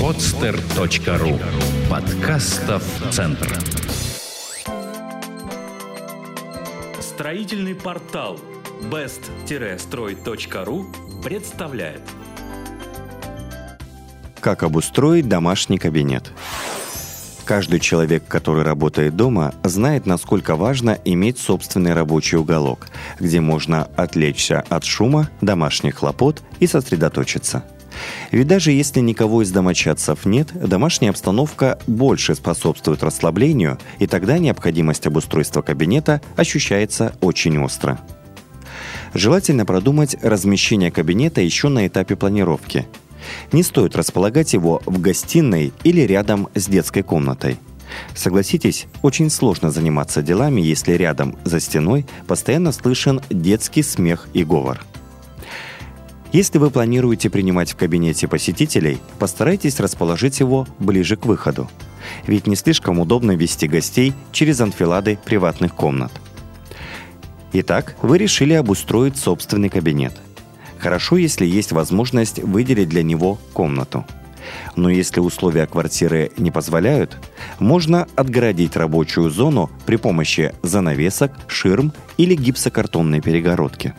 podster.ru. Подкастов центр. Строительный портал best-строй.ру представляет. Как обустроить домашний кабинет? Каждый человек, который работает дома, знает, насколько важно иметь собственный рабочий уголок, где можно отвлечься от шума, домашних хлопот и сосредоточиться. Ведь даже если никого из домочадцев нет, домашняя обстановка больше способствует расслаблению, и тогда необходимость обустройства кабинета ощущается очень остро. Желательно продумать размещение кабинета еще на этапе планировки. Не стоит располагать его в гостиной или рядом с детской комнатой. Согласитесь, очень сложно заниматься делами, если рядом, за стеной, постоянно слышен детский смех и говор. Если вы планируете принимать в кабинете посетителей, постарайтесь расположить его ближе к выходу. Ведь не слишком удобно вести гостей через анфилады приватных комнат. Итак, вы решили обустроить собственный кабинет. Хорошо, если есть возможность выделить для него комнату. Но если условия квартиры не позволяют, можно отгородить рабочую зону при помощи занавесок, ширм или гипсокартонной перегородки.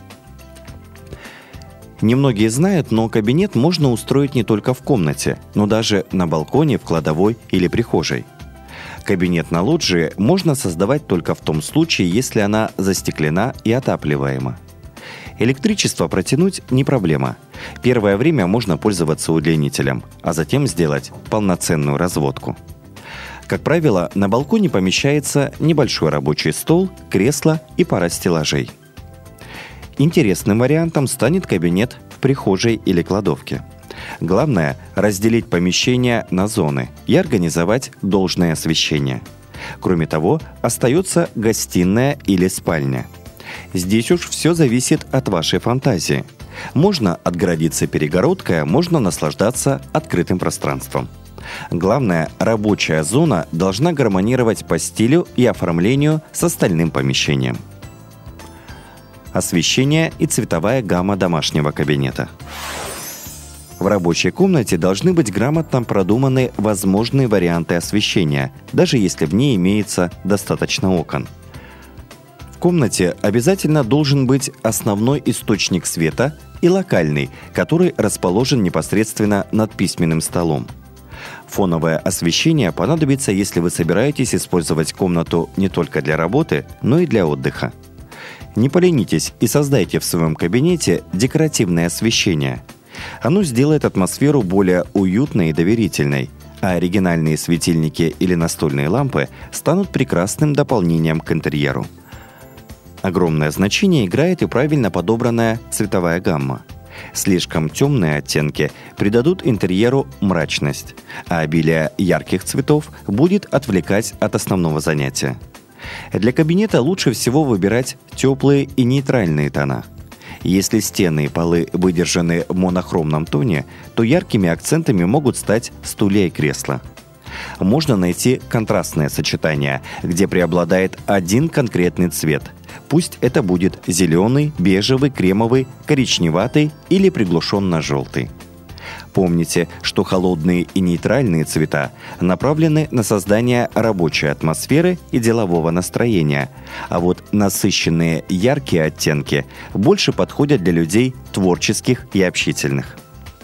Немногие знают, но кабинет можно устроить не только в комнате, но даже на балконе, в кладовой или прихожей. Кабинет на лоджии можно создавать только в том случае, если она застеклена и отапливаема. Электричество протянуть не проблема. Первое время можно пользоваться удлинителем, а затем сделать полноценную разводку. Как правило, на балконе помещается небольшой рабочий стол, кресло и пара стеллажей. Интересным вариантом станет кабинет в прихожей или кладовке. Главное – разделить помещение на зоны и организовать должное освещение. Кроме того, остается гостиная или спальня. Здесь уж все зависит от вашей фантазии. Можно отгородиться перегородкой, а можно наслаждаться открытым пространством. Главное, рабочая зона должна гармонировать по стилю и оформлению с остальным помещением. Освещение и цветовая гамма домашнего кабинета. В рабочей комнате должны быть грамотно продуманы возможные варианты освещения, даже если в ней имеется достаточно окон. В комнате обязательно должен быть основной источник света и локальный, который расположен непосредственно над письменным столом. Фоновое освещение понадобится, если вы собираетесь использовать комнату не только для работы, но и для отдыха. Не поленитесь и создайте в своем кабинете декоративное освещение. Оно сделает атмосферу более уютной и доверительной, а оригинальные светильники или настольные лампы станут прекрасным дополнением к интерьеру. Огромное значение играет и правильно подобранная цветовая гамма. Слишком темные оттенки придадут интерьеру мрачность, а обилие ярких цветов будет отвлекать от основного занятия. Для кабинета лучше всего выбирать теплые и нейтральные тона. Если стены и полы выдержаны в монохромном тоне, то яркими акцентами могут стать стулья и кресла. Можно найти контрастное сочетание, где преобладает один конкретный цвет. Пусть это будет зеленый, бежевый, кремовый, коричневатый или приглушенно-желтый. Помните, что холодные и нейтральные цвета направлены на создание рабочей атмосферы и делового настроения, а вот насыщенные яркие оттенки больше подходят для людей творческих и общительных.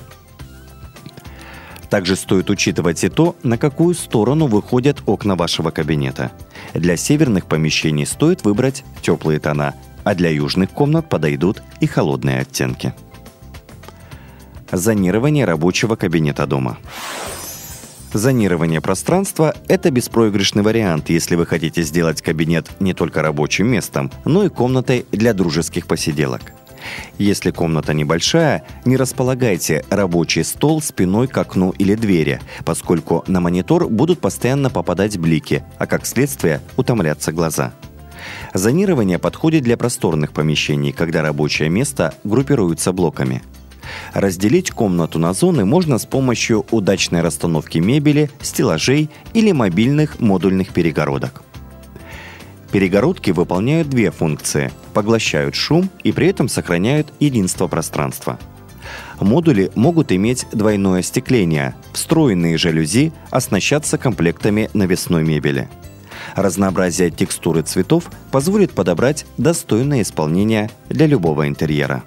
Также стоит учитывать и то, на какую сторону выходят окна вашего кабинета. Для северных помещений стоит выбрать теплые тона, а для южных комнат подойдут и холодные оттенки. Зонирование рабочего кабинета дома. Зонирование пространства – это беспроигрышный вариант, если вы хотите сделать кабинет не только рабочим местом, но и комнатой для дружеских посиделок. Если комната небольшая, не располагайте рабочий стол спиной к окну или двери, поскольку на монитор будут постоянно попадать блики, а как следствие утомляться глаза. Зонирование подходит для просторных помещений, когда рабочее место группируется блоками. Разделить комнату на зоны можно с помощью удачной расстановки мебели, стеллажей или мобильных модульных перегородок. Перегородки выполняют две функции – поглощают шум и при этом сохраняют единство пространства. Модули могут иметь двойное остекление, встроенные жалюзи, оснащаться комплектами навесной мебели. Разнообразие текстур и цветов позволит подобрать достойное исполнение для любого интерьера.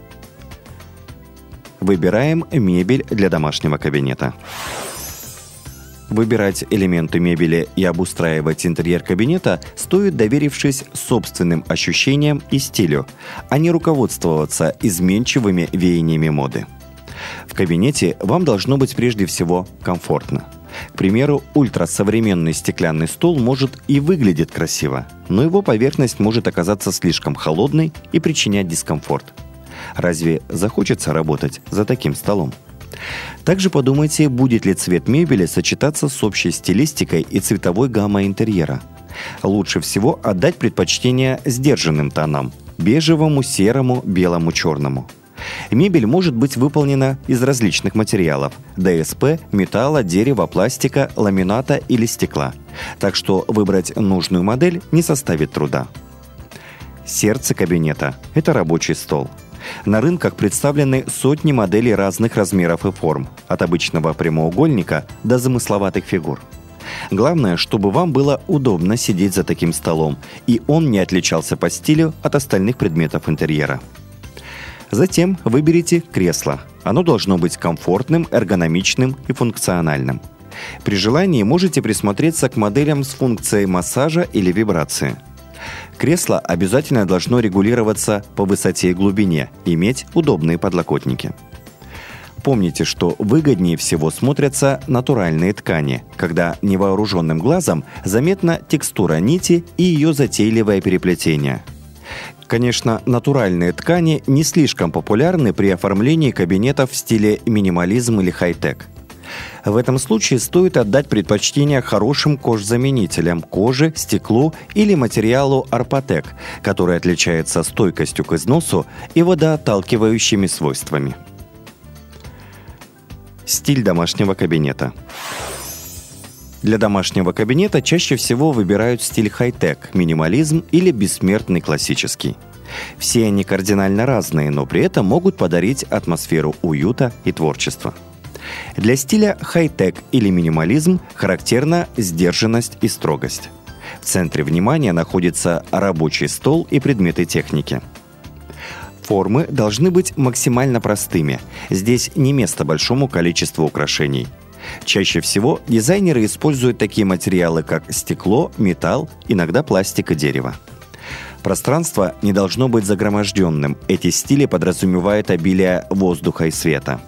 Выбираем мебель для домашнего кабинета. Выбирать элементы мебели и обустраивать интерьер кабинета стоит, доверившись собственным ощущениям и стилю, а не руководствоваться изменчивыми веяниями моды. В кабинете вам должно быть прежде всего комфортно. К примеру, ультрасовременный стеклянный стол может и выглядит красиво, но его поверхность может оказаться слишком холодной и причинять дискомфорт. Разве захочется работать за таким столом? Также подумайте, будет ли цвет мебели сочетаться с общей стилистикой и цветовой гаммой интерьера. Лучше всего отдать предпочтение сдержанным тонам – бежевому, серому, белому, черному. Мебель может быть выполнена из различных материалов – ДСП, металла, дерева, пластика, ламината или стекла. Так что выбрать нужную модель не составит труда. Сердце кабинета – это рабочий стол. На рынках представлены сотни моделей разных размеров и форм, от обычного прямоугольника до замысловатых фигур. Главное, чтобы вам было удобно сидеть за таким столом, и он не отличался по стилю от остальных предметов интерьера. Затем выберите кресло. Оно должно быть комфортным, эргономичным и функциональным. При желании можете присмотреться к моделям с функцией массажа или вибрации. Кресло обязательно должно регулироваться по высоте и глубине, иметь удобные подлокотники. Помните, что выгоднее всего смотрятся натуральные ткани, когда невооруженным глазом заметна текстура нити и ее затейливое переплетение. Конечно, натуральные ткани не слишком популярны при оформлении кабинетов в стиле минимализм или хай-тек. В этом случае стоит отдать предпочтение хорошим кожзаменителям, коже, стеклу или материалу Арпатек, который отличается стойкостью к износу и водоотталкивающими свойствами. Стиль домашнего кабинета. Для домашнего кабинета чаще всего выбирают стиль хай-тек, минимализм или бессмертный классический. Все они кардинально разные, но при этом могут подарить атмосферу уюта и творчества. Для стиля хай-тек или минимализм характерна сдержанность и строгость. В центре внимания находится рабочий стол и предметы техники. Формы должны быть максимально простыми. Здесь не место большому количеству украшений. Чаще всего дизайнеры используют такие материалы, как стекло, металл, иногда пластик и дерево. Пространство не должно быть загроможденным. Эти стили подразумевают обилие воздуха и света.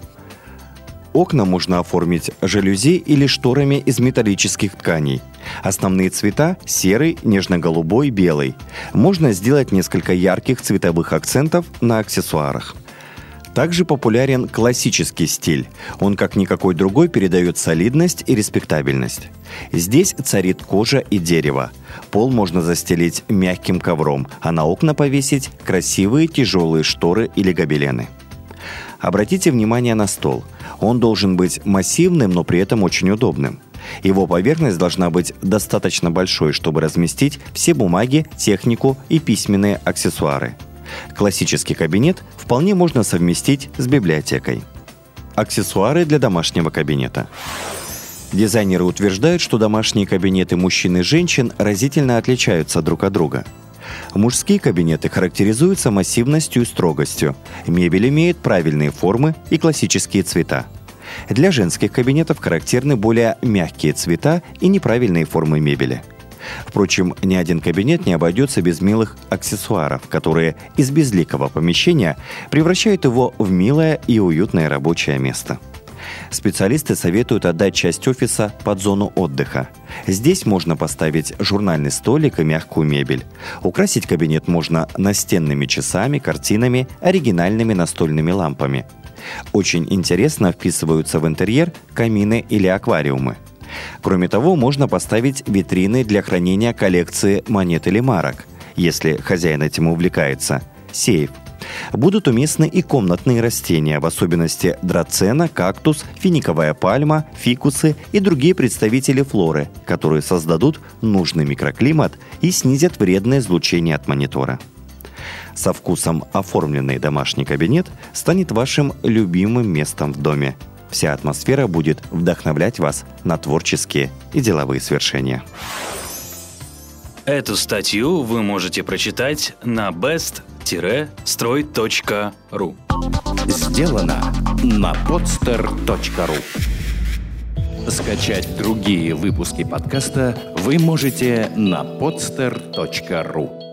Окна можно оформить жалюзи или шторами из металлических тканей. Основные цвета – серый, нежно-голубой, белый. Можно сделать несколько ярких цветовых акцентов на аксессуарах. Также популярен классический стиль. Он, как никакой другой, передает солидность и респектабельность. Здесь царит кожа и дерево. Пол можно застелить мягким ковром, а на окна повесить красивые тяжелые шторы или гобелены. Обратите внимание на стол. Он должен быть массивным, но при этом очень удобным. Его поверхность должна быть достаточно большой, чтобы разместить все бумаги, технику и письменные аксессуары. Классический кабинет вполне можно совместить с библиотекой. Аксессуары для домашнего кабинета. Дизайнеры утверждают, что домашние кабинеты мужчин и женщин разительно отличаются друг от друга. Мужские кабинеты характеризуются массивностью и строгостью. Мебель имеет правильные формы и классические цвета. Для женских кабинетов характерны более мягкие цвета и неправильные формы мебели. Впрочем, ни один кабинет не обойдется без милых аксессуаров, которые из безликого помещения превращают его в милое и уютное рабочее место. Специалисты советуют отдать часть офиса под зону отдыха. Здесь можно поставить журнальный столик и мягкую мебель. Украсить кабинет можно настенными часами, картинами, оригинальными настольными лампами. Очень интересно вписываются в интерьер камины или аквариумы. Кроме того, можно поставить витрины для хранения коллекции монет или марок, если хозяин этим увлекается, сейф. Будут уместны и комнатные растения, в особенности драцена, кактус, финиковая пальма, фикусы и другие представители флоры, которые создадут нужный микроклимат и снизят вредное излучение от монитора. Со вкусом оформленный домашний кабинет станет вашим любимым местом в доме. Вся атмосфера будет вдохновлять вас на творческие и деловые свершения. Эту статью вы можете прочитать на best-строй.ру. Сделано на podster.ru. Скачать другие выпуски подкаста вы можете на podster.ru.